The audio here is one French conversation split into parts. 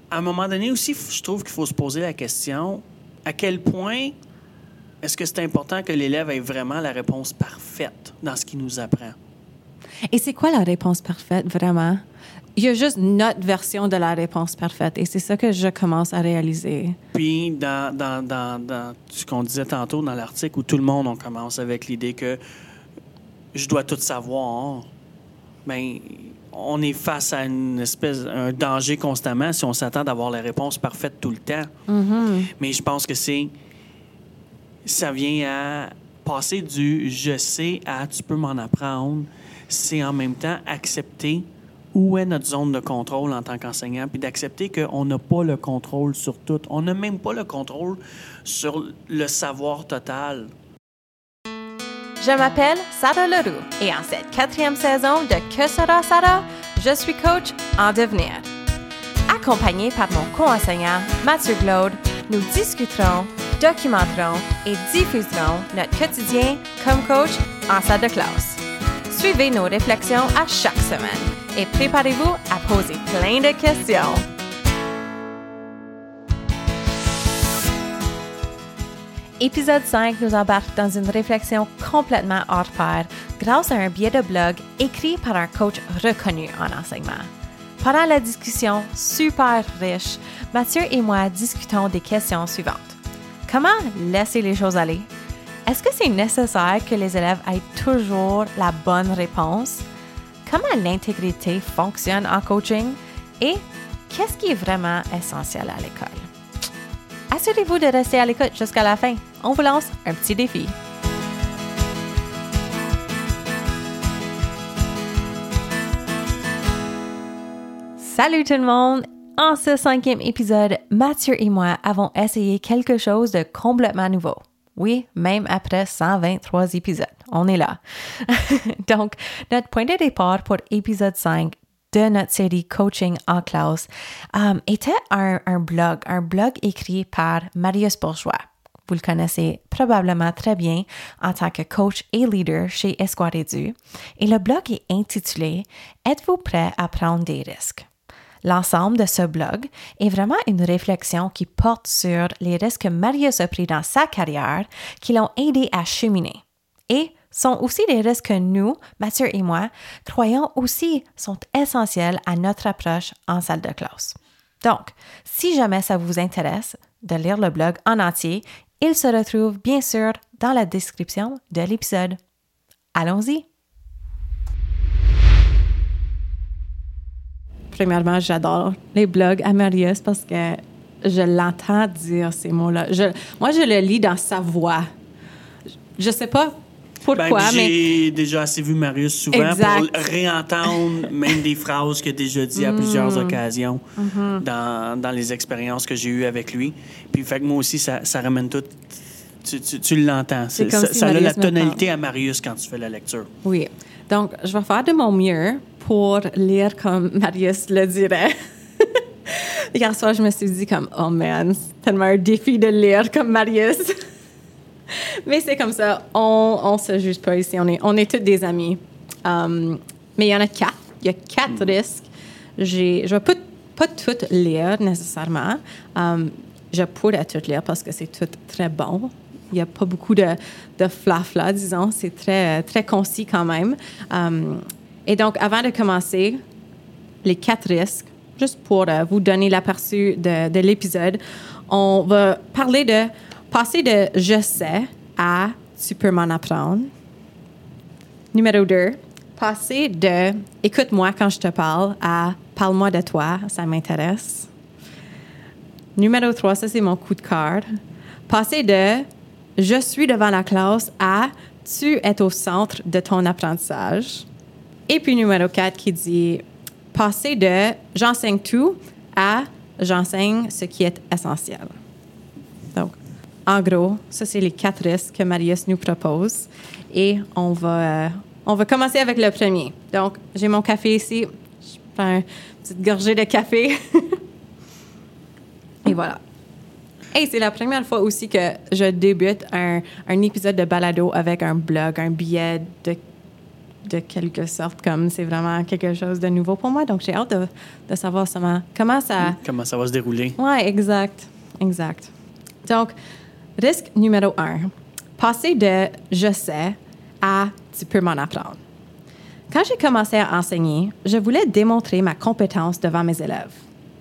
à un moment donné aussi, je trouve qu'il faut se poser la question, à quel point est-ce que c'est important que l'élève ait vraiment la réponse parfaite dans ce qu'il nous apprend? Et c'est quoi la réponse parfaite, vraiment? Il y a juste notre version de la réponse parfaite et c'est ça que je commence à réaliser. Puis, dans ce qu'on disait tantôt dans l'article où tout le monde, on commence avec l'idée que je dois tout savoir, bien, on est face à un danger constamment si on s'attend d'avoir la réponse parfaite tout le temps. Mm-hmm. Mais je pense que ça vient à passer du « je sais » à « tu peux m'en apprendre ». C'est en même temps accepter où est notre zone de contrôle en tant qu'enseignant, puis d'accepter qu'on n'a pas le contrôle sur tout. On n'a même pas le contrôle sur le savoir total. Je m'appelle Sarah Leroux et en cette 4e saison de Que sera Sarah, je suis coach en devenir. Accompagnée par mon co-enseignant Mathieu Glaude, nous discuterons, documenterons et diffuserons notre quotidien comme coach en salle de classe. Suivez nos réflexions à chaque semaine et préparez-vous à poser plein de questions. Épisode 5 nous embarque dans une réflexion complètement hors pair grâce à un billet de blog écrit par un coach reconnu en enseignement. Pendant la discussion super riche, Mathieu et moi discutons des questions suivantes. Comment laisser les choses aller? Est-ce que c'est nécessaire que les élèves aient toujours la bonne réponse? Comment l'intégrité fonctionne en coaching? Et qu'est-ce qui est vraiment essentiel à l'école? Assurez-vous de rester à l'écoute jusqu'à la fin. On vous lance un petit défi. Salut tout le monde! En ce 5e épisode, Mathieu et moi avons essayé quelque chose de complètement nouveau. Oui, même après 123 épisodes, on est là. Donc, notre point de départ pour épisode 5 de notre série Coaching en classe était un blog écrit par Marius Bourgeois. Vous le connaissez probablement très bien en tant que coach et leader chez Espoir Édu. Et le blog est intitulé « Êtes-vous prêt à prendre des risques ?» L'ensemble de ce blog est vraiment une réflexion qui porte sur les risques que Marius a pris dans sa carrière qui l'ont aidé à cheminer. Et sont aussi des risques que nous, Mathieu et moi, croyons aussi sont essentiels à notre approche en salle de classe. Donc, si jamais ça vous intéresse de lire le blog en entier, il se retrouve bien sûr dans la description de l'épisode. Allons-y! Premièrement, j'adore les blogs à Marius parce que je l'entends dire ces mots-là. Moi, je le lis dans sa voix. Je sais pas pourquoi, mais... J'ai déjà assez vu Marius souvent pour réentendre même des phrases qu'il a déjà dit à plusieurs occasions dans les expériences que j'ai eues avec lui. Puis, fait que moi aussi, ça ramène tout... Tu l'entends. Ça a la tonalité à Marius quand tu fais la lecture. Oui. Donc, je vais faire de mon mieux pour lire comme Marius le dirait. Hier soir, je me suis dit comme, oh man, c'est tellement un défi de lire comme Marius. Mais c'est comme ça, on se juge pas ici, on est tous des amis. Mais il y en a 4. Il y a 4 risques. Je vais pas tout lire nécessairement. Je pourrais tout lire parce que c'est tout très bon. Il n'y a pas beaucoup de flafla, disons. C'est très, très concis quand même. Et donc, avant de commencer, les 4 risques, juste pour vous donner l'aperçu de l'épisode, on va parler de passer de « je sais » à « tu peux m'en apprendre ». Numéro 2, passer de « écoute-moi quand je te parle » à « parle-moi de toi, ça m'intéresse ». Numéro 3, ça c'est mon coup de cœur. Passer de « je suis devant la classe » à « tu es au centre de ton apprentissage ». Et puis numéro 4 qui dit « passer de « j'enseigne tout » à « j'enseigne ce qui est essentiel ». Donc, en gros, ça c'est les 4 risques que Marius nous propose. Et on va commencer avec le premier. Donc, j'ai mon café ici. Je prends une petite gorgée de café. Et voilà. Et c'est la première fois aussi que je débute un épisode de balado avec un blog, un billet de quelque sorte, comme c'est vraiment quelque chose de nouveau pour moi. Donc, j'ai hâte de savoir comment ça... Comment ça va se dérouler. Oui, exact. Donc, risque numéro 1. Passer de « je sais » à « tu peux m'en apprendre ». Quand j'ai commencé à enseigner, je voulais démontrer ma compétence devant mes élèves.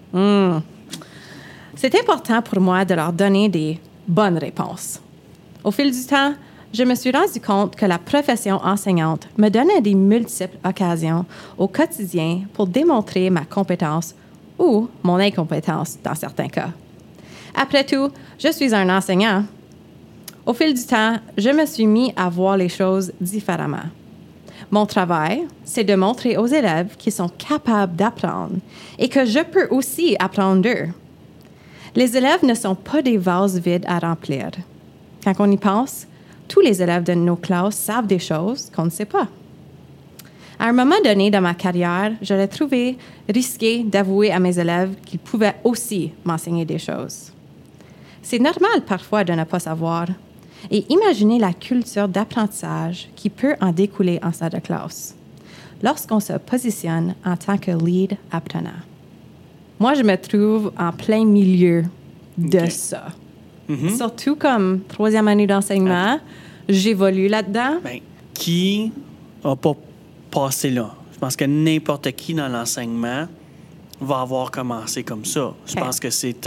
C'est important pour moi de leur donner des bonnes réponses. Au fil du temps, je me suis rendu compte que la profession enseignante me donnait des multiples occasions au quotidien pour démontrer ma compétence ou mon incompétence dans certains cas. Après tout, je suis un enseignant. Au fil du temps, je me suis mis à voir les choses différemment. Mon travail, c'est de montrer aux élèves qu'ils sont capables d'apprendre et que je peux aussi apprendre d'eux. Les élèves ne sont pas des vases vides à remplir. Quand on y pense, tous les élèves de nos classes savent des choses qu'on ne sait pas. À un moment donné dans ma carrière, je l'ai trouvé risqué d'avouer à mes élèves qu'ils pouvaient aussi m'enseigner des choses. C'est normal parfois de ne pas savoir. Et imaginez la culture d'apprentissage qui peut en découler en salle de classe lorsqu'on se positionne en tant que lead apprenant. Moi, je me trouve en plein milieu de ça. Surtout comme 3e année d'enseignement, j'évolue là-dedans. Ben, qui n'a pas passé là? Je pense que n'importe qui dans l'enseignement va avoir commencé comme ça. Je pense que c'est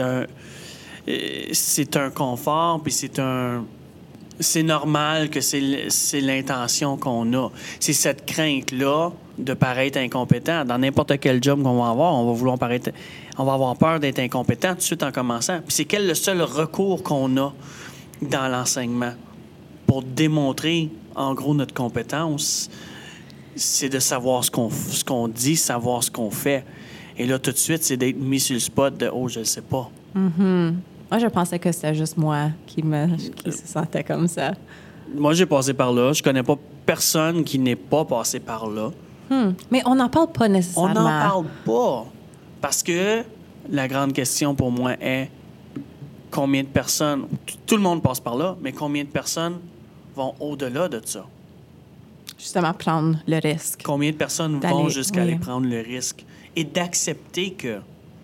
un confort, puis c'est normal que c'est l'intention qu'on a. C'est cette crainte-là de paraître incompétent. Dans n'importe quel job qu'on va avoir, on va avoir peur d'être incompétent tout de suite en commençant. Puis c'est quel le seul recours qu'on a dans l'enseignement pour démontrer, en gros, notre compétence, c'est de savoir ce qu'on dit, savoir ce qu'on fait. Et là, tout de suite, c'est d'être mis sur le spot de « Oh, je ne sais pas ». Moi, je pensais que c'était juste moi qui se sentais comme ça. Moi, j'ai passé par là. Je connais pas personne qui n'est pas passé par là. Mais on n'en parle pas nécessairement. On n'en parle pas. Parce que la grande question pour moi est combien de personnes... Tout le monde passe par là, mais combien de personnes vont au-delà de ça? Justement, prendre le risque. Combien de personnes vont jusqu'à aller prendre le risque? Et d'accepter que...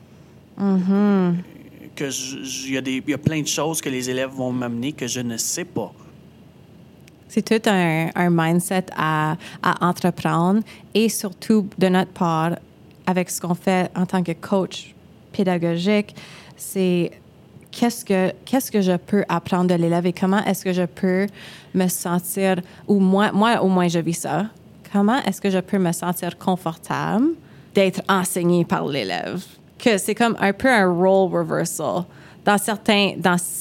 il y a plein de choses que les élèves vont m'amener que je ne sais pas. C'est tout un mindset à entreprendre et surtout de notre part, avec ce qu'on fait en tant que coach pédagogique, c'est qu'est-ce que je peux apprendre de l'élève et comment est-ce que je peux me sentir, ou moi au moins je vis ça, comment est-ce que je peux me sentir confortable d'être enseigné par l'élève? Que c'est comme un peu un role reversal dans certains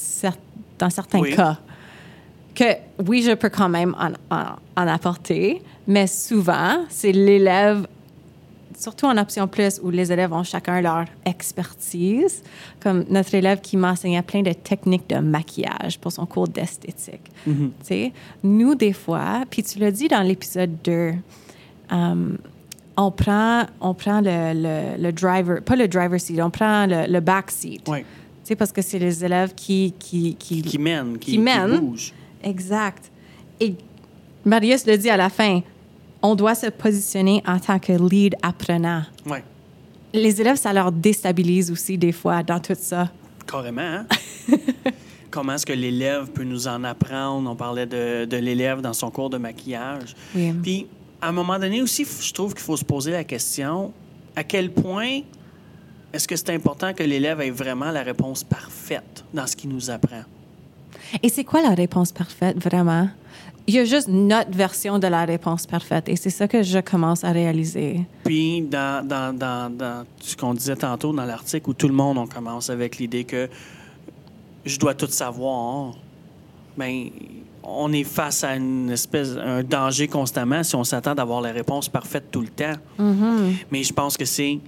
cas. Que oui, je peux quand même en apporter, mais souvent, c'est l'élève, surtout en option plus, où les élèves ont chacun leur expertise, comme notre élève qui m'enseignait plein de techniques de maquillage pour son cours d'esthétique. Tu sais, nous, des fois, puis tu l'as dit dans l'épisode 2, on prend le driver, pas le driver seat, on prend le back seat. Oui. Tu sais, parce que c'est les élèves qui mènent, qui bougent. Exact. Et Marius le dit à la fin, on doit se positionner en tant que lead apprenant. Oui. Les élèves, ça leur déstabilise aussi des fois dans tout ça. Carrément, hein? Comment est-ce que l'élève peut nous en apprendre? On parlait de l'élève dans son cours de maquillage. Oui. Puis, à un moment donné aussi, je trouve qu'il faut se poser la question, à quel point est-ce que c'est important que l'élève ait vraiment la réponse parfaite dans ce qu'il nous apprend? Et c'est quoi la réponse parfaite, vraiment? Il y a juste notre version de la réponse parfaite. Et c'est ça que je commence à réaliser. Puis, dans ce qu'on disait tantôt dans l'article, où tout le monde, on commence avec l'idée que je dois tout savoir, bien, on est face à un danger constamment si on s'attend d'avoir la réponse parfaite tout le temps. Mais je pense que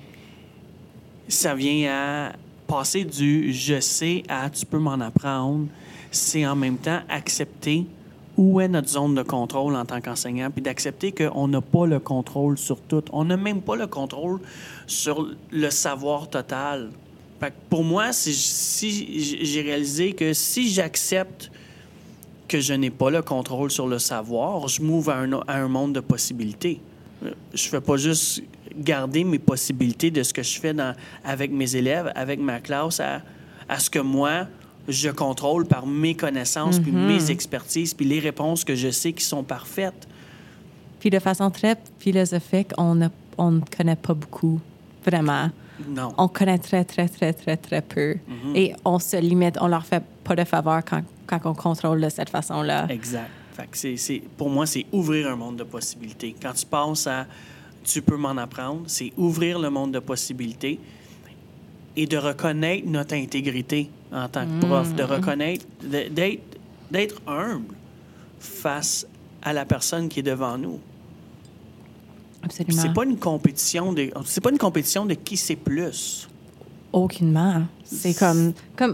ça vient à passer du « je sais » à « tu peux m'en apprendre ». C'est en même temps accepter où est notre zone de contrôle en tant qu'enseignant, puis d'accepter qu'on n'a pas le contrôle sur tout. On n'a même pas le contrôle sur le savoir total. Fait que pour moi, si j'ai réalisé que si j'accepte que je n'ai pas le contrôle sur le savoir, je m'ouvre à un monde de possibilités. Je ne fais pas juste garder mes possibilités de ce que je fais avec mes élèves, avec ma classe, à ce que moi, je contrôle par mes connaissances, puis mes expertises, puis les réponses que je sais qui sont parfaites. Puis de façon très philosophique, on ne connaît pas beaucoup, vraiment. Non. On connaît très, très, très, très, très peu. Et on se limite, on leur fait pas de faveur quand on contrôle de cette façon-là. Exact. Fait que pour moi, c'est ouvrir un monde de possibilités. Quand tu passes à « tu peux m'en apprendre », c'est ouvrir le monde de possibilités et de reconnaître notre intégrité en tant que prof, de reconnaître, d'être humble face à la personne qui est devant nous. Absolument. C'est pas une compétition de qui sait plus. Aucunement. C'est comme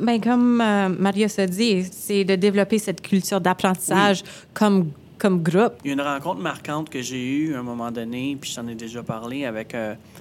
Marius a dit, c'est de développer cette culture d'apprentissage comme groupe. Il y a une rencontre marquante que j'ai eue à un moment donné, puis j'en ai déjà parlé avec,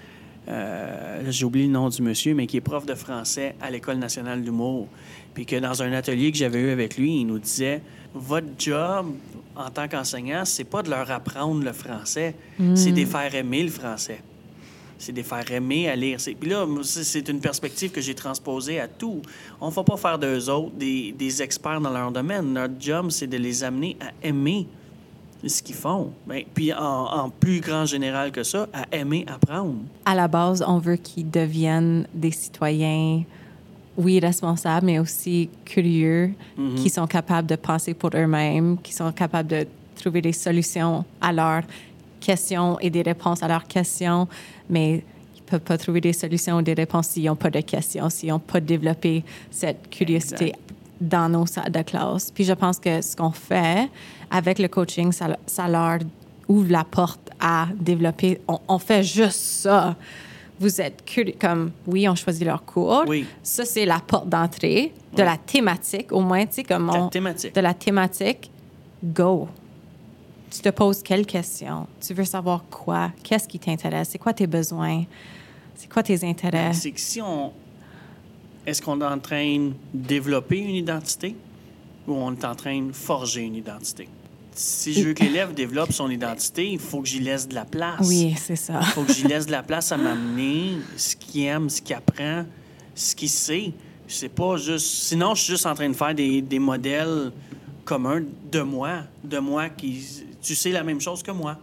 j'ai oublié le nom du monsieur, mais qui est prof de français à l'École nationale d'humour. Puis que dans un atelier que j'avais eu avec lui, il nous disait, votre job en tant qu'enseignant, c'est pas de leur apprendre le français, c'est de les faire aimer le français. C'est de les faire aimer à lire. Puis là, c'est une perspective que j'ai transposée à tout. On ne va pas faire d'eux autres des experts dans leur domaine. Notre job, c'est de les amener à aimer ce qu'ils font. Bien, puis en plus grand général que ça, à aimer apprendre. À la base, on veut qu'ils deviennent des citoyens, oui, responsables, mais aussi curieux, qui sont capables de penser pour eux-mêmes, qui sont capables de trouver des solutions à leurs questions et des réponses à leurs questions, mais ils ne peuvent pas trouver des solutions ou des réponses s'ils n'ont pas de questions, s'ils n'ont pas développé cette curiosité dans nos salles de classe. Puis je pense que ce qu'on fait avec le coaching, ça leur ouvre la porte à développer. On fait juste ça. Vous êtes curieux, comme, oui, on choisit leur cours. Oui. Ça, c'est la porte d'entrée de la thématique, au moins, tu sais, comme Thématique. de la thématique, go. Tu te poses quelles questions? Tu veux savoir quoi? Qu'est-ce qui t'intéresse? C'est quoi tes besoins? C'est quoi tes intérêts? C'est que est-ce qu'on est en train de développer une identité ou on est en train de forger une identité? Si je veux que l'élève développe son identité, il faut que j'y laisse de la place. Oui, c'est ça. Il faut que j'y laisse de la place à m'amener ce qu'il aime, ce qu'il apprend, ce qu'il sait. C'est pas juste... Sinon, je suis juste en train de faire des modèles communs de moi qui... Tu sais la même chose que moi.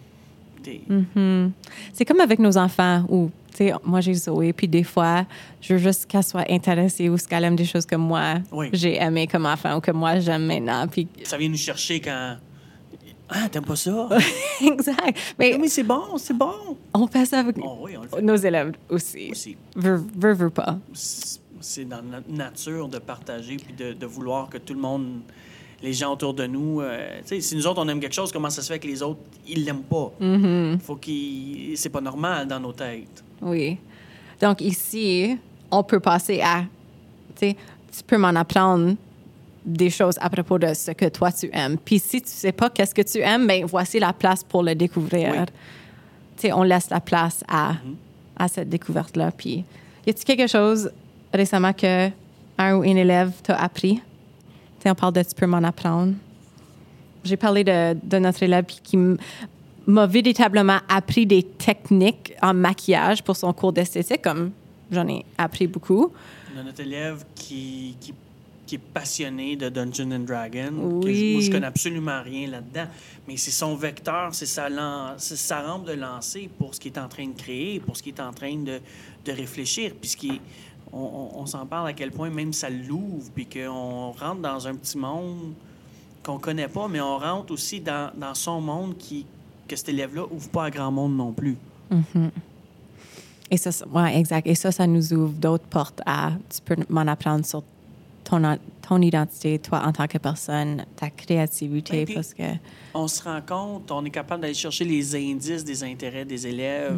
C'est comme avec nos enfants où, tu sais, moi, j'ai Zoé, puis des fois, je veux juste qu'elle soit intéressée ou qu'elle aime des choses que moi, j'ai aimé comme enfant ou que moi, j'aime maintenant. Puis... Ça vient nous chercher quand... Ah, t'aimes pas ça? Exact. Mais c'est bon, c'est bon. On fait ça avec on le fait. nos élèves aussi. Veux pas. C'est dans notre nature de partager puis de vouloir que tout le monde... Les gens autour de nous, si nous autres, on aime quelque chose, comment ça se fait que les autres, ils l'aiment pas? C'est pas normal dans nos têtes. Oui. Donc, ici, on peut passer à, tu peux m'en apprendre des choses à propos de ce que toi, tu aimes. Puis si tu sais pas qu'est-ce que tu aimes, bien, voici la place pour le découvrir. Oui. Tu sais, on laisse la place à cette découverte-là. Puis, y a-t-il quelque chose récemment que un ou une élève t'a appris? On parle de « tu peux m'en apprendre ». J'ai parlé de notre élève qui m'a véritablement appris des techniques en maquillage pour son cours d'esthétique, comme j'en ai appris beaucoup. On a notre élève qui est passionné de Dungeons and Dragons. Oui. Moi, je connais absolument rien là-dedans, mais c'est son vecteur, c'est sa rampe de lancer pour ce qu'il est en train de créer, pour ce qu'il est en train de réfléchir, puis on s'en parle à quel point même ça l'ouvre, puis qu'on rentre dans un petit monde qu'on connaît pas, mais on rentre aussi dans son monde que cet élève-là ouvre pas à grand monde non plus. Mm-hmm. Et ça, exact. Et ça nous ouvre d'autres portes à tu peux m'en apprendre sur ton identité, toi en tant que personne, ta créativité, parce que... On se rend compte, on est capable d'aller chercher les indices des intérêts des élèves.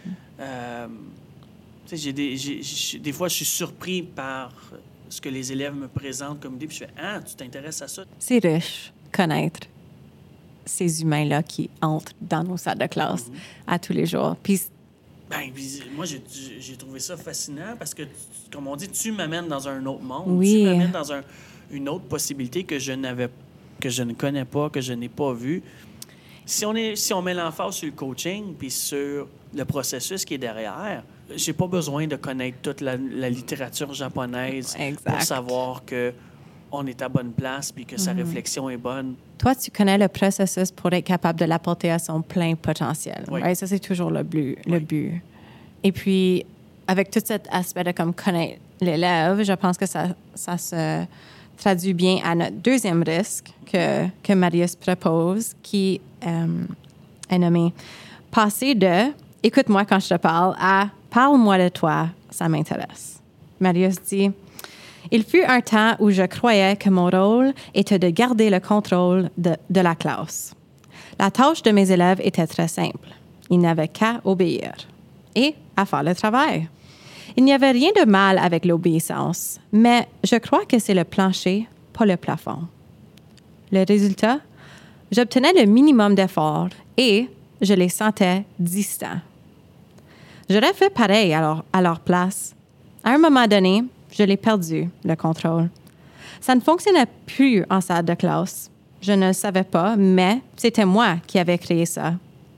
Des fois, je suis surpris par ce que les élèves me présentent comme idée, puis je fais « Ah, tu t'intéresses à ça? » C'est riche, connaître ces humains-là qui entrent dans nos salles de classe à tous les jours. Puis moi, j'ai trouvé ça fascinant parce que, comme on dit, tu m'amènes dans un autre monde. Oui. Tu m'amènes dans une autre possibilité que je que je ne connais pas, que je n'ai pas vu. Si on met l'emphase sur le coaching puis sur le processus qui est derrière, j'ai pas besoin de connaître toute la littérature japonaise Exact. pour savoir que on est à bonne place puis que sa réflexion est bonne. Toi, tu connais le processus pour être capable de l'apporter à son plein potentiel. Oui. Right? Ça, c'est toujours le but. Et puis, avec tout cet aspect de comme connaître l'élève, je pense que ça se traduit bien à notre deuxième risque que Marius propose, qui est nommé « Passer de « écoute-moi quand je te parle » à « parle-moi de toi, ça m'intéresse ». Marius dit « Il fut un temps où je croyais que mon rôle était de garder le contrôle de la classe. La tâche de mes élèves était très simple. Ils n'avaient qu'à obéir et à faire le travail. Il n'y avait rien de mal avec l'obéissance, mais je crois que c'est le plancher, pas le plafond. Le résultat, j'obtenais le minimum d'efforts et je les sentais distants. J'aurais fait pareil à leur place. À un moment donné, je l'ai perdu, le contrôle. Ça ne fonctionnait plus en salle de classe. Je ne le savais pas, mais c'était moi qui avais créé ça.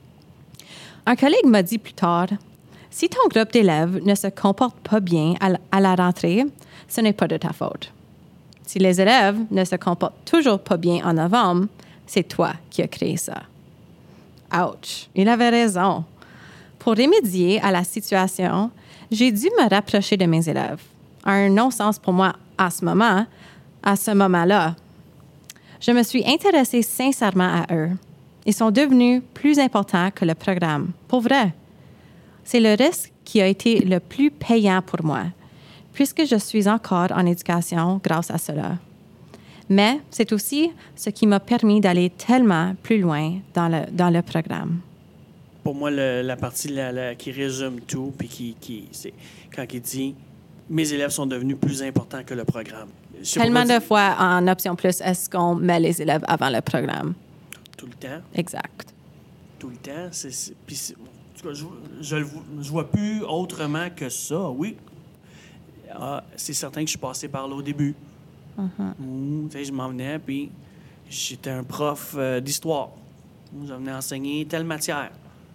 Un collègue m'a dit plus tard, « Si ton groupe d'élèves ne se comporte pas bien à la rentrée, ce n'est pas de ta faute. Si les élèves ne se comportent toujours pas bien en novembre, c'est toi qui as créé ça. » Ouch, il avait raison. Pour remédier à la situation, j'ai dû me rapprocher de mes élèves. Un non-sens pour moi à ce moment-là. Je me suis intéressée sincèrement à eux. Ils sont devenus plus importants que le programme. Pour vrai. C'est le risque qui a été le plus payant pour moi, puisque je suis encore en éducation grâce à cela. Mais c'est aussi ce qui m'a permis d'aller tellement plus loin dans le programme. Pour moi, la partie qui résume tout, puis c'est quand il dit « Mes élèves sont devenus plus importants que le programme ». Tellement de fois, en option plus, est-ce qu'on met les élèves avant le programme? Tout le temps. Exact. Tout le temps. En tout cas, je vois plus autrement que ça, oui. C'est certain que je suis passé par là au début. Où, je m'en venais, puis j'étais un prof d'histoire. Je venais enseigner telle matière.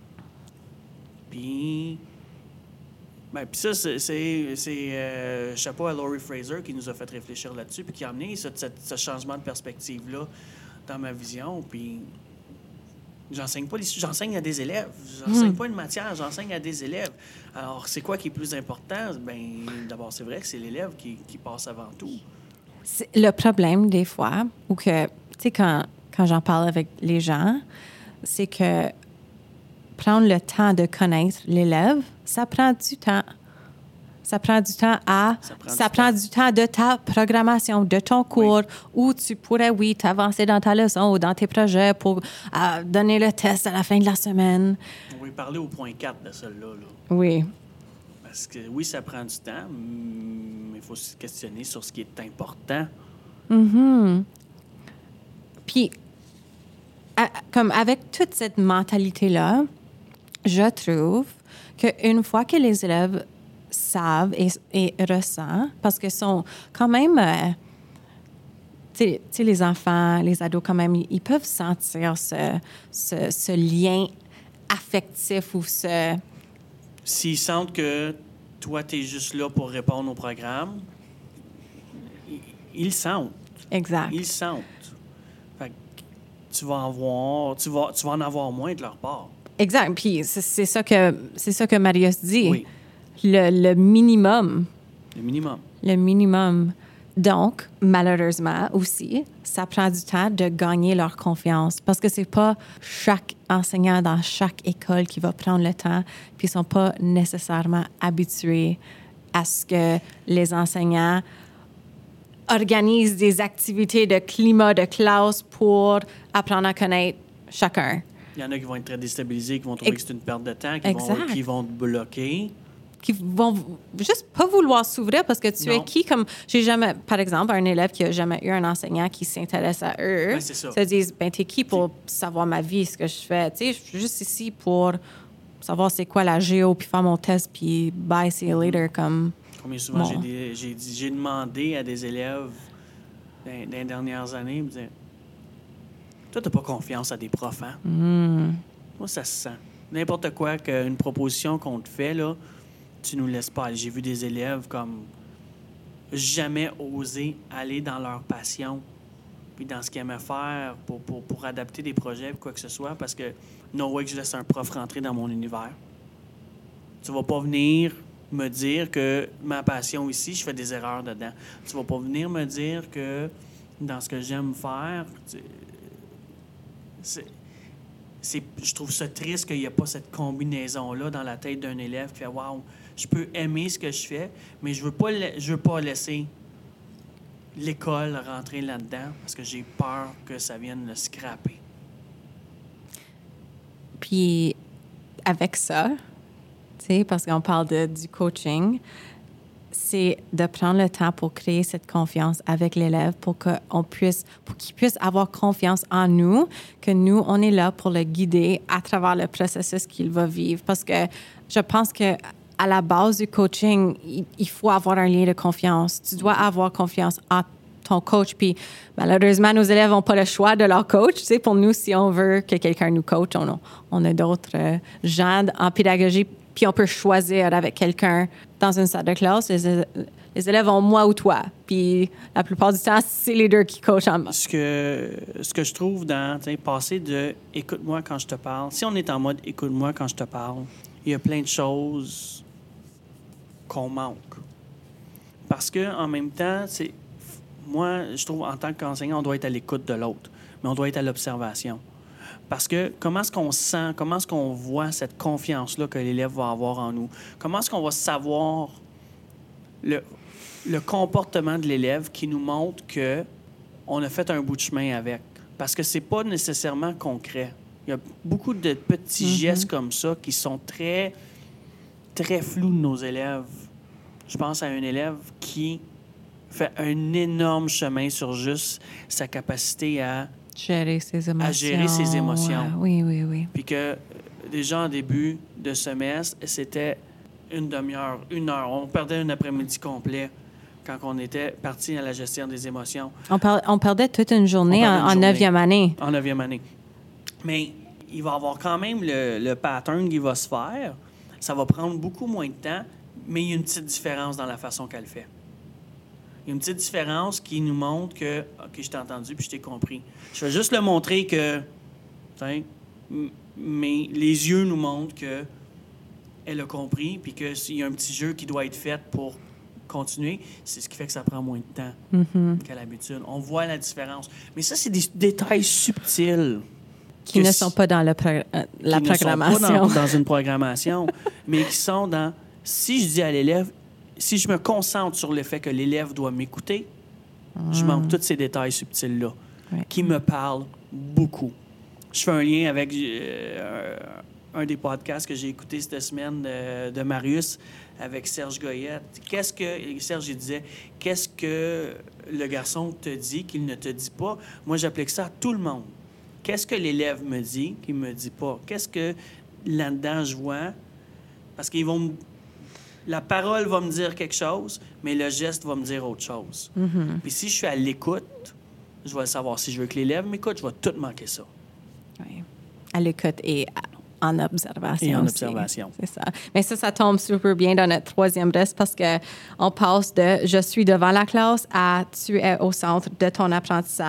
Puis ça, c'est chapeau à Laurie Fraser qui nous a fait réfléchir là-dessus, puis qui a amené ce changement de perspective-là dans ma vision. Puis j'enseigne à des élèves. J'enseigne pas une matière, j'enseigne à des élèves. Alors, c'est quoi qui est plus important? D'abord, c'est vrai que c'est l'élève qui passe avant tout. C'est le problème, des fois, ou que, tu sais, quand j'en parle avec les gens, c'est que prendre le temps de connaître l'élève, ça prend du temps. Ça prend du temps du temps de ta programmation, de ton cours, où tu pourrais, t'avancer dans ta leçon ou dans tes projets pour donner le test à la fin de la semaine. On va parler au point 4 de celle-là. Là. Oui. Parce que oui, ça prend du temps, mais il faut se questionner sur ce qui est important. Puis, comme avec toute cette mentalité-là, je trouve qu'une fois que les élèves savent et ressentent, parce qu'ils sont quand même, tu sais, les enfants, les ados, quand même, ils peuvent sentir ce lien affectif ou ce... S'ils sentent que toi, tu es juste là pour répondre au programme, ils le sentent. Exact. Ils le sentent. Fait que tu vas en avoir moins de leur part. Exact. Puis c'est ça que Marius dit. Oui. Le minimum. Le minimum. Le minimum. Donc, malheureusement aussi, ça prend du temps de gagner leur confiance parce que c'est pas chaque enseignant dans chaque école qui va prendre le temps, puis ils sont pas nécessairement habitués à ce que les enseignants organisent des activités de climat de classe pour apprendre à connaître chacun. Il y en a qui vont être très déstabilisés, qui vont trouver que c'est une perte de temps, qui vont te bloquer. Qui vont juste pas vouloir s'ouvrir parce que tu es qui? Comme j'ai jamais, par exemple, un élève qui a jamais eu un enseignant qui s'intéresse à eux. C'est ça. Se disent, t'es qui pour savoir ma vie, ce que je fais? Tu sais, je suis juste ici pour savoir c'est quoi la géo, puis faire mon test, puis bye, see you later, comme... Combien souvent j'ai demandé à des élèves dans les dernières années, ils me disaient, Toi, tu n'as pas confiance à des profs, hein? Moi, ça se sent. N'importe quoi, une proposition qu'on te fait, là, tu nous laisses pas aller. J'ai vu des élèves comme jamais oser aller dans leur passion puis dans ce qu'ils aimaient faire pour adapter des projets ou quoi que ce soit, parce que no way que je laisse un prof rentrer dans mon univers. Tu vas pas venir me dire que ma passion ici, je fais des erreurs dedans. Tu vas pas venir me dire que dans ce que j'aime faire, je trouve ça triste qu'il n'y ait pas cette combinaison-là dans la tête d'un élève qui fait « Wow, je peux aimer ce que je fais, mais je veux pas laisser l'école rentrer là-dedans parce que j'ai peur que ça vienne le scraper. » Puis, avec ça, tu sais, parce qu'on parle du coaching, c'est de prendre le temps pour créer cette confiance avec l'élève pour qu'il puisse avoir confiance en nous, que nous, on est là pour le guider à travers le processus qu'il va vivre. Parce que je pense que à la base du coaching, il faut avoir un lien de confiance. Tu dois avoir confiance en ton coach. Puis malheureusement, nos élèves n'ont pas le choix de leur coach. Tu sais, pour nous, si on veut que quelqu'un nous coach, on a d'autres gens en pédagogie. Puis on peut choisir avec quelqu'un dans une salle de classe. Les élèves ont moi ou toi. Puis la plupart du temps, c'est les deux qui coachent en mode. Ce que je trouve dans passer de « écoute-moi quand je te parle », si on est en mode « écoute-moi quand je te parle », il y a plein de choses qu'on manque. Parce que en même temps, moi, je trouve en tant qu'enseignant, on doit être à l'écoute de l'autre, mais on doit être à l'observation. Parce que comment est-ce qu'on sent, comment est-ce qu'on voit cette confiance-là que l'élève va avoir en nous? Comment est-ce qu'on va savoir le comportement de l'élève qui nous montre qu'on a fait un bout de chemin avec? Parce que c'est pas nécessairement concret. Il y a beaucoup de petits gestes comme ça qui sont très, très flous de nos élèves. Je pense à un élève qui fait un énorme chemin sur juste sa capacité à gérer ses émotions. À gérer ses émotions. Oui. Puis que déjà en début de semestre, c'était une demi-heure, 1 heure. On perdait un après-midi complet quand on était parti à la gestion des émotions. On perdait toute une journée en 9e année. En 9e année. Mais il va y avoir quand même le pattern qui va se faire. Ça va prendre beaucoup moins de temps, mais il y a une petite différence dans la façon qu'elle fait. Il y a une petite différence qui nous montre que « OK, je t'ai entendu puis je t'ai compris ». Je vais juste le montrer que... Mais les yeux nous montrent qu'elle a compris puis qu'il y a un petit jeu qui doit être fait pour continuer. C'est ce qui fait que ça prend moins de temps qu'à l'habitude. On voit la différence. Mais ça, c'est des détails subtils. Qui ne sont pas dans la programmation. Ne sont pas dans une programmation, mais qui sont dans... Si je dis à l'élève... Si je me concentre sur le fait que l'élève doit m'écouter, je manque tous ces détails subtils-là qui me parlent beaucoup. Je fais un lien avec un des podcasts que j'ai écouté cette semaine de Marius avec Serge Goyette. Serge il disait, qu'est-ce que le garçon te dit qu'il ne te dit pas? Moi, j'applique ça à tout le monde. Qu'est-ce que l'élève me dit qu'il ne me dit pas? Qu'est-ce que là-dedans je vois? Parce qu'ils vont la parole va me dire quelque chose, mais le geste va me dire autre chose. Puis si je suis à l'écoute, je vais le savoir. Si je veux que l'élève m'écoute, je vais tout manquer ça. Oui. À l'écoute et en observation. Et en aussi. observation. C'est ça. Mais ça tombe super bien dans notre 3e reste parce qu'on passe de « je suis devant la classe » à « tu es au centre de ton apprentissage ».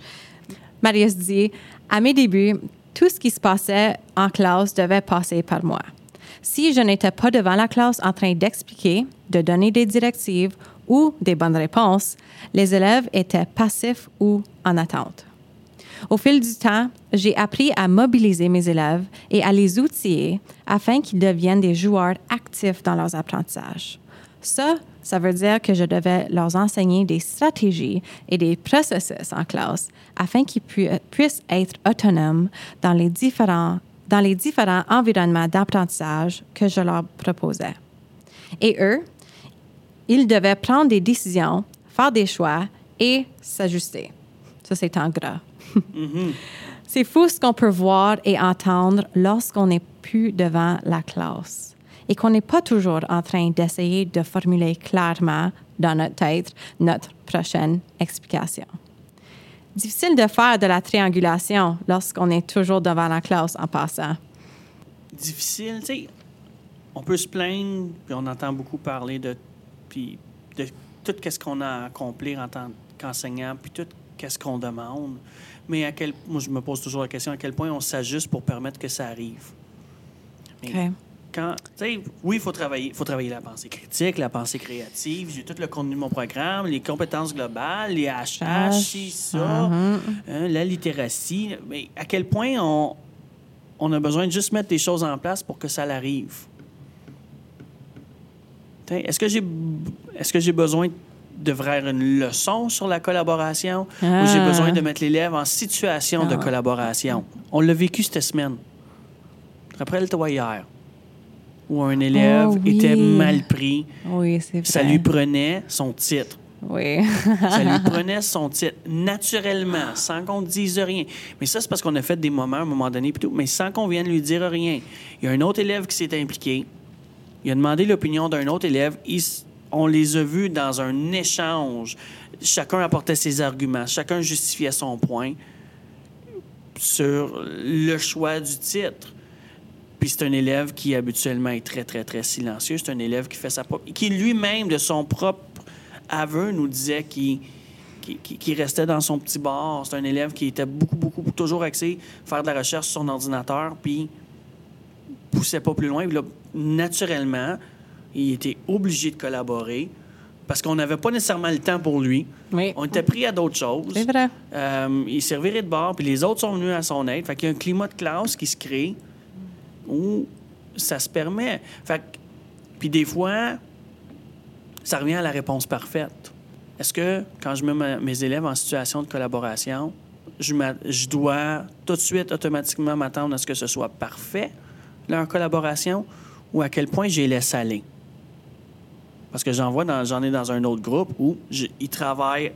Marius dit « à mes débuts, tout ce qui se passait en classe devait passer par moi. Si je n'étais pas devant la classe en train d'expliquer, de donner des directives ou des bonnes réponses, les élèves étaient passifs ou en attente. Au fil du temps, j'ai appris à mobiliser mes élèves et à les outiller afin qu'ils deviennent des joueurs actifs dans leurs apprentissages. Ça veut dire que je devais leur enseigner des stratégies et des processus en classe afin qu'ils puissent être autonomes dans les différents environnements d'apprentissage que je leur proposais. Et eux, ils devaient prendre des décisions, faire des choix et s'ajuster. Ça, c'est en gras. C'est fou ce qu'on peut voir et entendre lorsqu'on n'est plus devant la classe et qu'on n'est pas toujours en train d'essayer de formuler clairement dans notre tête notre prochaine explication. difficile de faire de la triangulation lorsqu'on est toujours devant la classe en passant. Difficile, tu sais. On peut se plaindre, puis on entend beaucoup parler de tout ce qu'on a à accomplir en tant qu'enseignant, puis tout ce qu'on demande. Mais moi, je me pose toujours la question, à quel point on s'ajuste pour permettre que ça arrive. Mais oui, il faut travailler la pensée critique, la pensée créative. J'ai tout le contenu de mon programme, les compétences globales, les HH, ça, la littératie. Mais à quel point on a besoin de juste mettre des choses en place pour que ça l'arrive? Est-ce que j'ai besoin de faire une leçon sur la collaboration ou j'ai besoin de mettre l'élève en situation de collaboration? On l'a vécu cette semaine. Rappelle-toi hier, où un élève était mal pris. Oui, c'est vrai. Ça lui prenait son titre. Oui. Ça lui prenait son titre, naturellement, sans qu'on ne dise rien. Mais ça, c'est parce qu'on a fait des moments, à un moment donné, plutôt, mais sans qu'on vienne lui dire rien. Il y a un autre élève qui s'est impliqué. Il a demandé l'opinion d'un autre élève. On les a vus dans un échange. Chacun apportait ses arguments. Chacun justifiait son point sur le choix du titre. Puis c'est un élève qui habituellement est très, très, très silencieux. C'est un élève qui fait qui lui-même, de son propre aveu, nous disait qu'il restait dans son petit bar. C'est un élève qui était beaucoup, toujours axé faire de la recherche sur son ordinateur, puis poussait pas plus loin. Puis là, naturellement, il était obligé de collaborer parce qu'on n'avait pas nécessairement le temps pour lui. Oui. On était pris à d'autres choses. C'est vrai. Il servirait de bord, puis les autres sont venus à son aide. Fait qu'il y a un climat de classe qui se crée où ça se permet. Fait que, puis des fois, ça revient à la réponse parfaite. Est-ce que, quand je mets mes élèves en situation de collaboration, je dois tout de suite automatiquement m'attendre à ce que ce soit parfait, leur collaboration, ou à quel point je les laisse aller? Parce que j'en ai dans un autre groupe où ils travaillent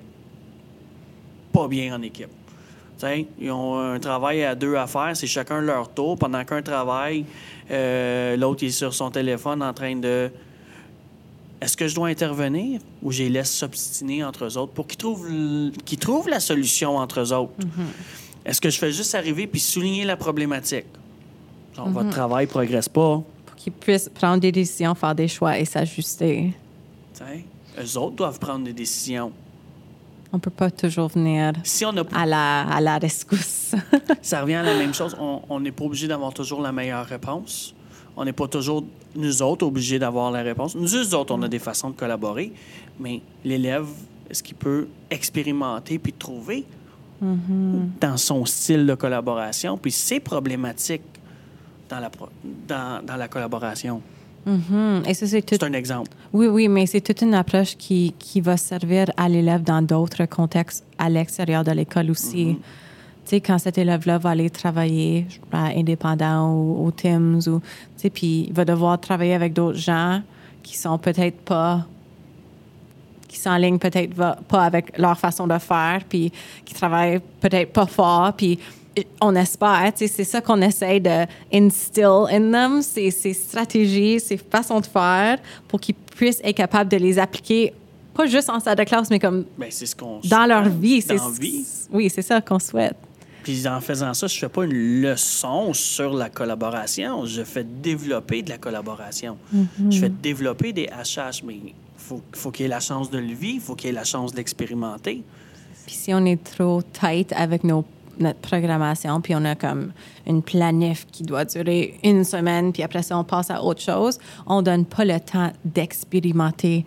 pas bien en équipe. T'sais, ils ont un travail à deux à faire, c'est chacun leur tour. Pendant qu'un travaille, l'autre est sur son téléphone en train de... Est-ce que je dois intervenir ou je les laisse s'obstiner entre eux autres pour qu'ils trouvent la solution entre eux autres? Mm-hmm. Est-ce que je fais juste arriver puis souligner la problématique? Genre, votre travail ne progresse pas. Pour qu'ils puissent prendre des décisions, faire des choix et s'ajuster. Eux autres doivent prendre des décisions. On ne peut pas toujours venir à la rescousse. Ça revient à la même chose. On n'est pas obligé d'avoir toujours la meilleure réponse. On n'est pas toujours, nous autres, obligés d'avoir la réponse. Nous autres, on a des façons de collaborer, mais l'élève, est-ce qu'il peut expérimenter puis trouver dans son style de collaboration, puis ses problématiques dans la collaboration? Et ça, c'est un exemple. Oui, mais c'est toute une approche qui va servir à l'élève dans d'autres contextes à l'extérieur de l'école aussi. Tu sais, quand cet élève-là va aller travailler à indépendant ou au Tims, puis il va devoir travailler avec d'autres gens qui sont peut-être pas... qui s'enlignent peut-être pas avec leur façon de faire, puis qui travaillent peut-être pas fort, puis on espère, c'est ça qu'on essaie de instill in them, ces stratégies, ces façons de faire pour qu'ils puissent être capables de les appliquer, pas juste en salle de classe, mais comme c'est ce qu'on dans leur vie. Vie. Oui, c'est ça qu'on souhaite. Puis en faisant ça, je fais pas une leçon sur la collaboration, je fais développer de la collaboration. Je fais développer des HH, mais il faut qu'il y ait la chance de le vivre, il faut qu'il y ait la chance de l'expérimenter. Puis si on est trop tight avec notre programmation, puis on a comme une planif qui doit durer une semaine, puis après ça, on passe à autre chose, on donne pas le temps d'expérimenter,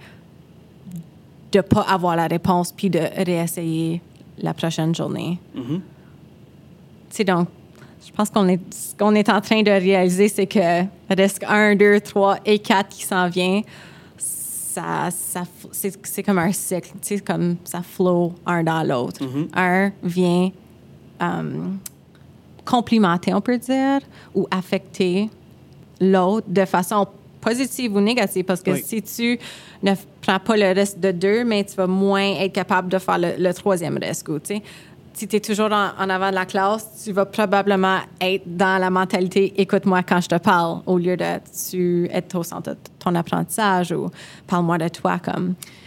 de pas avoir la réponse, puis de réessayer la prochaine journée. Donc, je pense ce qu'on est en train de réaliser, c'est que risque 1, 2, 3 et 4 qui s'en vient, c'est comme un cycle, comme ça flow un dans l'autre. Un vient complimenter, on peut dire, ou affecter l'autre de façon positive ou négative, parce que si tu ne prends pas le risque de 2, mais tu vas moins être capable de faire le troisième risque. Si tu es toujours en avant de la classe, tu vas probablement être dans la mentalité « écoute-moi quand je te parle » au lieu de tu être au centre de ton apprentissage ou « parle-moi de toi ».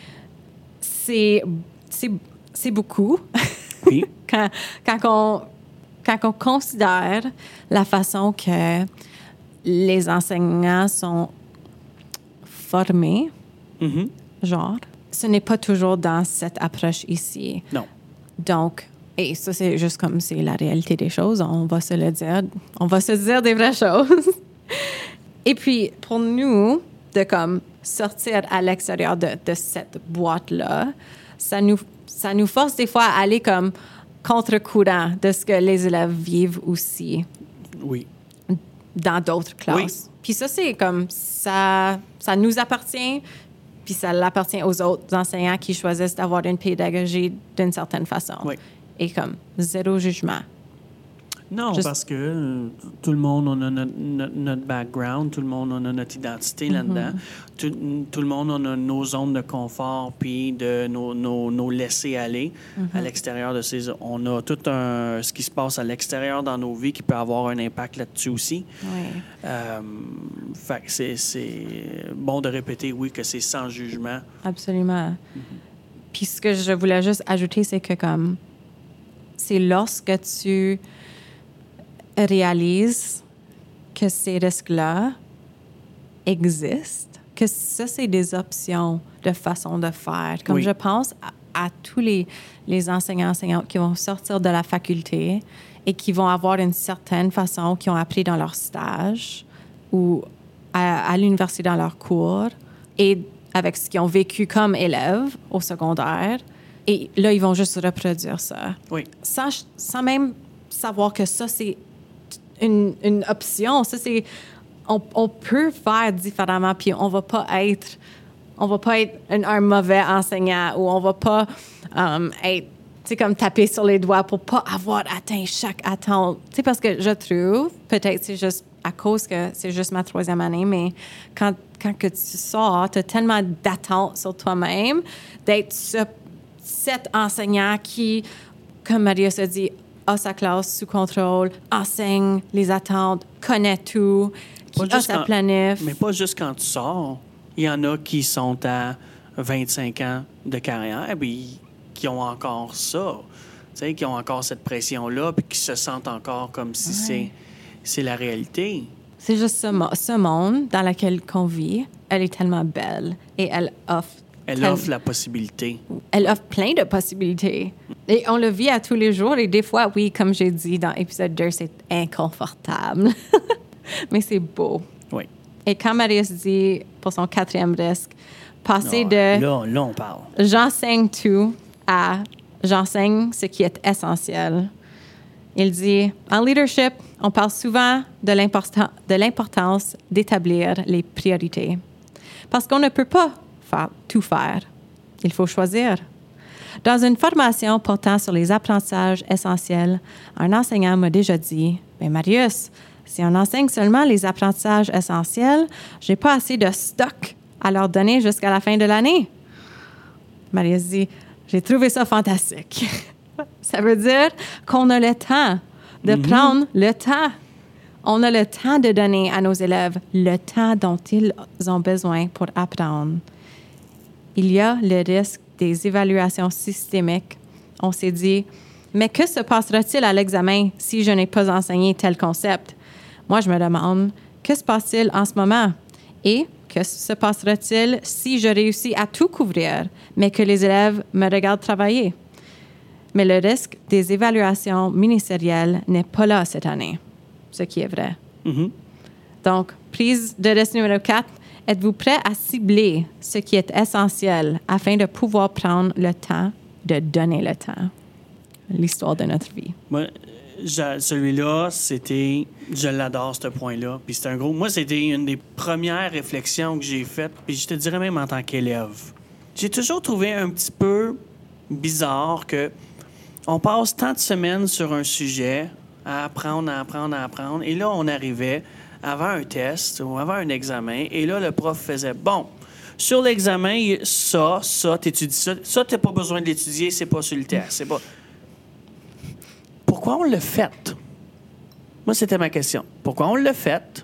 Comme c'est beaucoup. Oui. quand on considère la façon que les enseignants sont formés, genre, ce n'est pas toujours dans cette approche ici. Non. Donc, et ça, c'est juste comme c'est la réalité des choses. On va se le dire. On va se dire des vraies choses. Et puis, pour nous, de comme sortir à l'extérieur de cette boîte-là, ça nous force des fois à aller comme contre-courant de ce que les élèves vivent aussi Oui. dans d'autres classes. Oui. Puis ça, c'est comme ça nous appartient, puis ça l'appartient aux autres enseignants qui choisissent d'avoir une pédagogie d'une certaine façon. Oui. Et comme zéro jugement. Non, parce que tout le monde on a notre background, tout le monde on a notre identité là-dedans, tout le monde on a nos zones de confort puis de nos laisser-aller à l'extérieur de ces... On a tout ce qui se passe à l'extérieur dans nos vies qui peut avoir un impact là-dessus aussi. Oui. Fait que c'est bon de répéter, oui, que c'est sans jugement. Absolument. Puis ce que je voulais juste ajouter, c'est que comme c'est lorsque tu réalises que ces risques-là existent, que ça, c'est des options de façon de faire. Comme je pense à tous les enseignants-enseignantes qui vont sortir de la faculté et qui vont avoir une certaine façon qu'ils ont appris dans leur stage ou à l'université dans leur cours et avec ce qu'ils ont vécu comme élèves au secondaire. Et là, ils vont juste reproduire ça. Oui. Sans même savoir que ça, c'est une option. Ça, c'est... On peut faire différemment, puis on va pas être un mauvais enseignant ou on va pas être, tu sais, comme taper sur les doigts pour pas avoir atteint chaque attente. Tu sais, parce que je trouve, peut-être c'est juste à cause que c'est juste ma 3e année, mais quand que tu sors, tu as tellement d'attentes sur toi-même d'être cet enseignant qui, comme Maria se dit, a sa classe sous contrôle, enseigne les attentes, connaît tout, qui a sa planif. Mais pas juste quand tu sors. Il y en a qui sont à 25 ans de carrière puis qui ont encore ça, tu sais, qui ont encore cette pression-là puis qui se sentent encore comme si c'est la réalité. C'est juste ce monde dans lequel on vit, elle est tellement belle et elle offre... Elle offre la possibilité. Elle offre plein de possibilités. Et on le vit à tous les jours. Et des fois, oui, comme j'ai dit dans l'épisode 2, c'est inconfortable. Mais c'est beau. Oui. Et quand Maria se dit, pour son 4e risque, passer de... Là, on parle. J'enseigne tout à j'enseigne ce qui est essentiel. Il dit, en leadership, on parle souvent de l'importance d'établir les priorités. Parce qu'on ne peut pas tout faire. Il faut choisir. Dans une formation portant sur les apprentissages essentiels, un enseignant m'a déjà dit, « Mais Marius, si on enseigne seulement les apprentissages essentiels, j'ai pas assez de stock à leur donner jusqu'à la fin de l'année. » Marius dit, « J'ai trouvé ça fantastique. » Ça veut dire qu'on a le temps de prendre le temps. On a le temps de donner à nos élèves le temps dont ils ont besoin pour apprendre. Il y a le risque des évaluations systémiques. On s'est dit, mais que se passera-t-il à l'examen si je n'ai pas enseigné tel concept? Moi, je me demande, que se passe-t-il en ce moment? Et que se passera-t-il si je réussis à tout couvrir, mais que les élèves me regardent travailler? Mais le risque des évaluations ministérielles n'est pas là cette année, ce qui est vrai. Donc, prise de risque numéro 4. Êtes-vous prêt à cibler ce qui est essentiel afin de pouvoir prendre le temps de donner le temps? L'histoire de notre vie. Moi, celui-là, c'était... Je l'adore, ce point-là. Puis c'est un gros... Moi, c'était une des premières réflexions que j'ai faites, puis je te dirais même en tant qu'élève. J'ai toujours trouvé un petit peu bizarre que on passe tant de semaines sur un sujet à apprendre, et là, on arrivait avant un test ou avant un examen, et là, le prof faisait, bon, sur l'examen, ça, t'étudies ça. Ça, t'as pas besoin de l'étudier, c'est pas sur le test. C'est pas... Pourquoi on l'a fait? Moi, c'était ma question. Pourquoi on l'a fait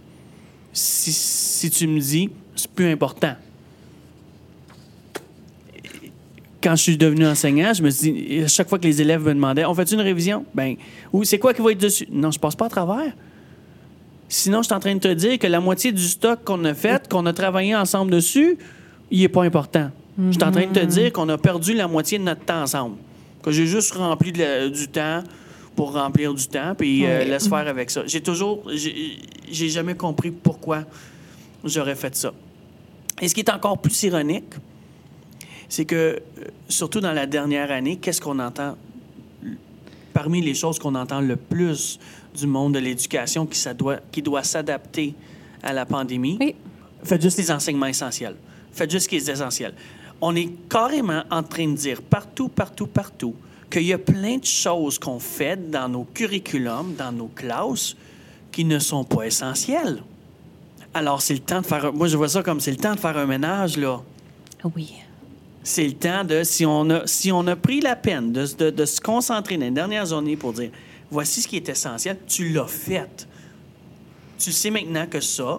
si tu me dis, c'est plus important? quand je suis devenu enseignant, je me suis dit, à chaque fois que les élèves me demandaient, on fait une révision? Ben, ou c'est quoi qui va être dessus? Non, je passe pas à travers. Sinon, je suis en train de te dire que la moitié du stock qu'on a fait, qu'on a travaillé ensemble dessus, il n'est pas important. Je suis en train de te dire qu'on a perdu la moitié de notre temps ensemble. Que j'ai juste rempli du temps pour remplir du temps, puis laisse faire avec ça. J'ai jamais compris pourquoi j'aurais fait ça. Et ce qui est encore plus ironique, c'est que, surtout dans la dernière année, qu'est-ce qu'on entend? Parmi les choses qu'on entend le plus du monde de l'éducation qui doit s'adapter à la pandémie, faites juste les enseignements essentiels. Faites juste ce qui est essentiel. On est carrément en train de dire partout, qu'il y a plein de choses qu'on fait dans nos curriculums, dans nos classes, qui ne sont pas essentielles. Alors, c'est le temps de faire... Moi, je vois ça comme c'est le temps de faire un ménage, là. Oui. C'est le temps de... Si on a pris la peine de se concentrer dans les dernières années pour dire, voici ce qui est essentiel, tu l'as fait. Tu sais maintenant que ça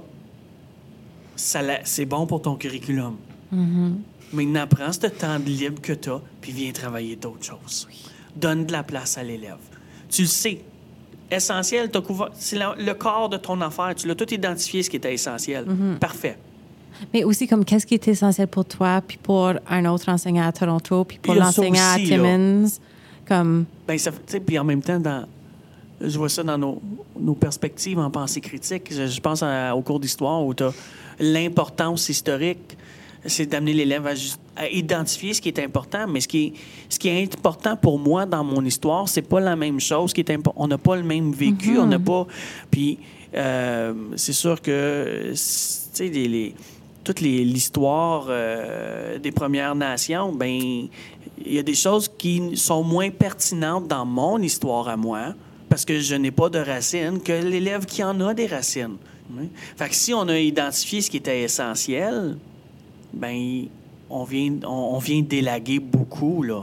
c'est bon pour ton curriculum. Maintenant, prends ce temps de libre que tu as, puis viens travailler d'autres choses. Oui. Donne de la place à l'élève. Tu le sais. Essentiel, c'est le corps de ton affaire. Tu l'as tout identifié, ce qui était essentiel. Parfait. Mais aussi, comme qu'est-ce qui est essentiel pour toi, puis pour un autre enseignant à Toronto, puis pour l'enseignant à Timmins. Comme... Ben, puis en même temps, je vois ça dans nos perspectives en pensée critique. Je pense au cours d'histoire où tu as l'importance historique, c'est d'amener l'élève à identifier ce qui est important, mais ce qui est important pour moi dans mon histoire, c'est pas la même chose. On n'a pas le même vécu, on n'a pas... Puis c'est sûr que, tu sais, toute l'histoire des Premières Nations, ben il y a des choses qui sont moins pertinentes dans mon histoire à moi, parce que je n'ai pas de racines, que l'élève qui en a des racines. Fait que si on a identifié ce qui était essentiel, ben on vient d'élaguer beaucoup, là.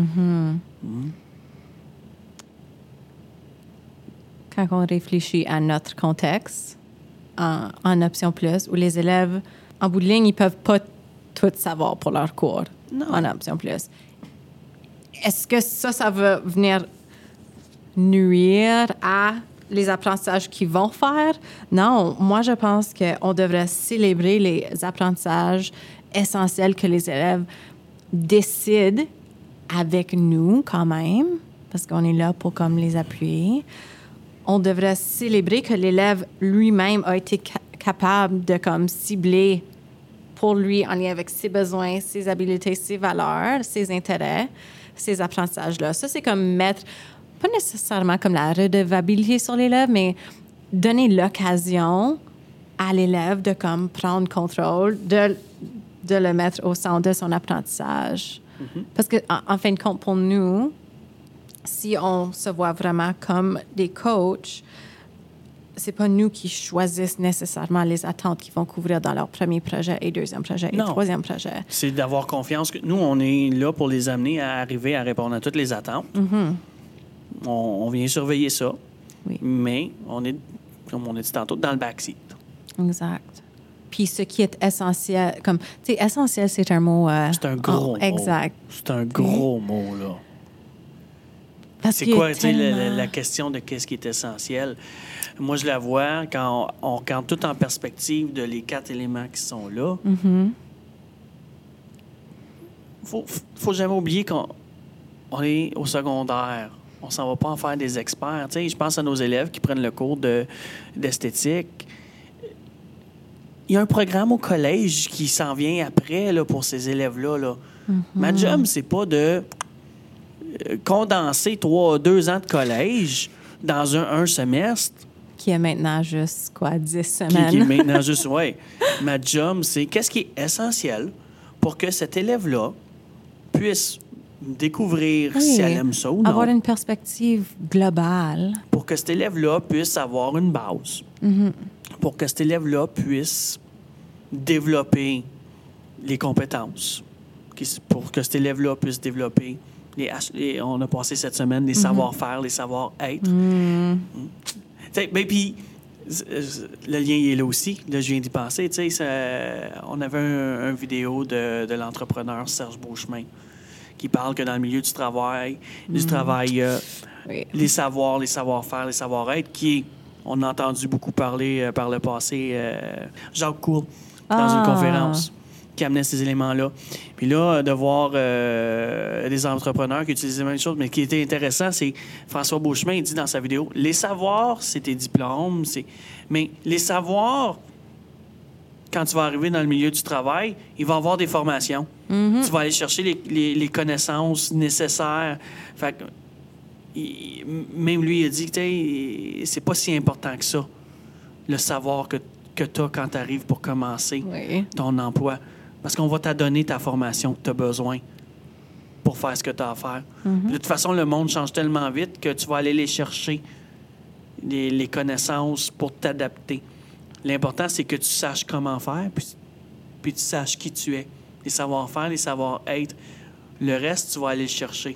Quand on réfléchit à notre contexte, en option plus, où les élèves, en bout de ligne, ils peuvent pas tout savoir pour leur cours en option plus. Est-ce que ça va venir nuire à les apprentissages qu'ils vont faire? Non, moi, je pense qu'on devrait célébrer les apprentissages essentiels que les élèves décident avec nous quand même, parce qu'on est là pour comme les appuyer. On devrait célébrer que l'élève lui-même a été capable de comme cibler pour lui en lien avec ses besoins, ses habiletés, ses valeurs, ses intérêts, ces apprentissages-là. Ça, c'est comme mettre, pas nécessairement comme la redevabilité sur l'élève, mais donner l'occasion à l'élève de comme prendre contrôle, de le mettre au centre de son apprentissage. Parce que en fin de compte, pour nous, si on se voit vraiment comme des coachs, c'est pas nous qui choisissent nécessairement les attentes qu'ils vont couvrir dans leur premier projet et deuxième projet et troisième projet. C'est d'avoir confiance que nous, on est là pour les amener à arriver à répondre à toutes les attentes. On vient surveiller ça, mais on est, comme on a dit tantôt, dans le backseat. Exact. Puis ce qui est essentiel, comme, tu sais, essentiel, c'est un mot... c'est un gros mot. Exact. C'est un gros mot, là. Parce c'est quoi, tu sais, la question de qu'est-ce qui est essentiel? Moi, je la vois quand on regarde tout en perspective de les 4 éléments qui sont là. Faut jamais oublier qu'on est au secondaire. On s'en va pas en faire des experts. Tu sais, je pense à nos élèves qui prennent le cours d'esthétique. Il y a un programme au collège qui s'en vient après là, pour ces élèves-là. Là. Ma job, c'est pas de condenser 2 ans de collège dans un semestre. Qui est maintenant juste, 10 semaines. Qui est maintenant juste, oui. Ma job, c'est qu'est-ce qui est essentiel pour que cet élève-là puisse découvrir si elle aime ça ou non. Avoir une perspective globale. Pour que cet élève-là puisse avoir une base. Pour que cet élève-là puisse développer les compétences. Pour que cet élève-là puisse développer on a passé cette semaine les savoir-faire, les savoir-être. Ben, puis, le lien il est là aussi. Là, je viens d'y penser. On avait un vidéo de l'entrepreneur Serge Beauchemin qui parle que dans le milieu du travail, Oui. les savoirs, les savoir-faire, les savoir-être, on a entendu beaucoup parler par le passé, Jacques Courbe, dans une conférence, qui amenait ces éléments-là. Puis là, de voir des entrepreneurs qui utilisent les mêmes choses, mais ce qui était intéressant, c'est François Beauchemin, il dit dans sa vidéo, les savoirs, c'est tes diplômes, mais les savoirs, quand tu vas arriver dans le milieu du travail, il va y avoir des formations. Tu vas aller chercher les connaissances nécessaires. Fait que, même lui, il a dit que c'est pas si important que ça, le savoir que tu as quand tu arrives pour commencer ton emploi. Parce qu'on va t'adonner ta formation que tu as besoin pour faire ce que tu as à faire. De toute façon, le monde change tellement vite que tu vas aller les chercher, les connaissances pour t'adapter. L'important, c'est que tu saches comment faire, puis tu saches qui tu es. Les savoir-faire, les savoir-être. Le reste, tu vas aller le chercher.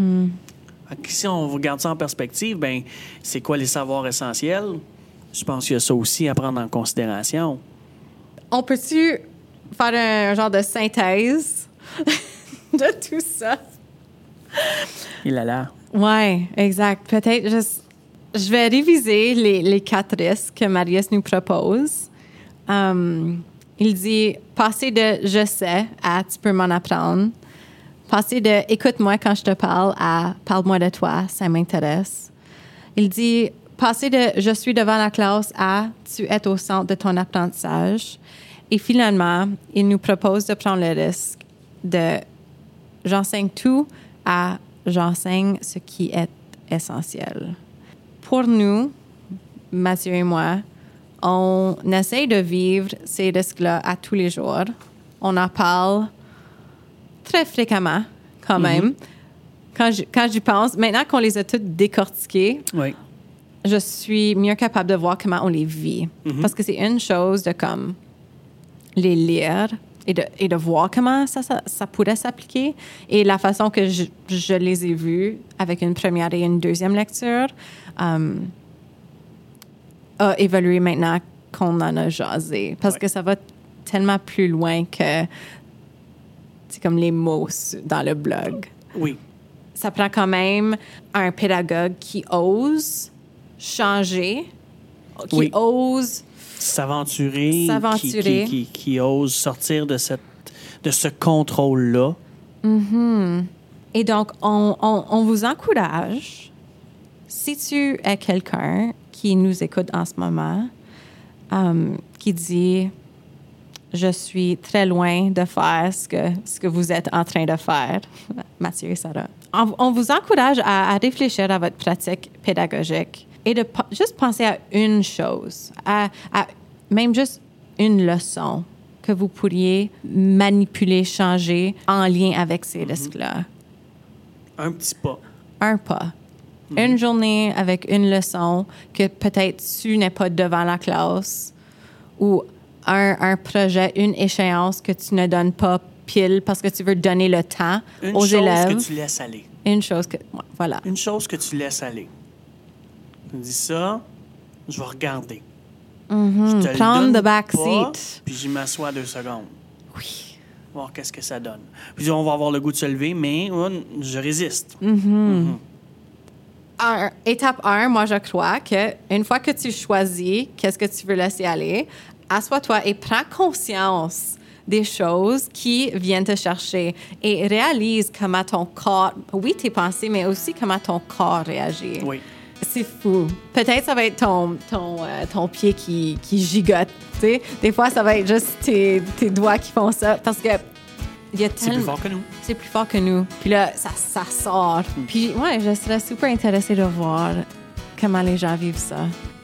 Si on regarde ça en perspective, ben c'est quoi les savoirs essentiels? Je pense qu'il y a ça aussi à prendre en considération. On peut-tu faire un genre de synthèse de tout ça? Il a l'air. Oui, exact. Peut-être juste... Je vais réviser les 4 risques que Marius nous propose. Il dit passer de « je sais » à « tu peux m'en apprendre ». Passer de « écoute-moi quand je te parle » à « parle-moi de toi, ça m'intéresse ». Il dit passer de « je suis devant la classe » à « tu es au centre de ton apprentissage ». Et finalement, il nous propose de prendre le risque de « j'enseigne tout » à « j'enseigne ce qui est essentiel ». Pour nous, Mathieu et moi, on essaie de vivre ces risques-là à tous les jours. On en parle très fréquemment, quand même. Quand j'y pense, maintenant qu'on les a toutes décortiqués, je suis mieux capable de voir comment on les vit. Parce que c'est une chose de comme les lire et de voir comment ça pourrait s'appliquer. Et la façon que je les ai vus avec une première et une deuxième lecture a évolué maintenant qu'on en a jasé. Parce que ça va tellement plus loin que c'est comme les mots dans le blog. Oui. Ça prend quand même un pédagogue qui ose changer, qui ose s'aventurer. Qui ose sortir de ce contrôle-là. Et donc, on vous encourage, si tu es quelqu'un qui nous écoute en ce moment, qui dit « Je suis très loin de faire ce que vous êtes en train de faire. » Mathieu et Sarah. On vous encourage à réfléchir à votre pratique pédagogique et de juste penser à une chose, à même juste une leçon que vous pourriez manipuler, changer en lien avec ces risques-là. Un petit pas. Un pas. Une journée avec une leçon que peut-être tu n'es pas devant la classe ou un projet, une échéance que tu ne donnes pas pile parce que tu veux donner le temps aux élèves. Une chose que tu laisses aller. Une chose que... voilà. Une chose que tu laisses aller. Tu me dis ça, je vais regarder. Je te Prendre le donne the back pas, seat. puis j'y m'assois 2 secondes. Oui. Voir qu'est-ce que ça donne. Puis on va avoir le goût de se lever, mais je résiste. Étape 1, moi, je crois qu'une fois que tu choisis qu'est-ce que tu veux laisser aller, assois-toi et prends conscience des choses qui viennent te chercher et réalise comment ton corps, oui, tes pensées, mais aussi comment ton corps réagit. Oui. C'est fou. Peut-être ça va être ton pied qui gigote, tu sais. Des fois, ça va être juste tes doigts qui font ça parce que c'est plus fort que nous. C'est plus fort que nous. Puis là, ça sort. Puis ouais, je serais super intéressée de voir comment les gens vivent ça.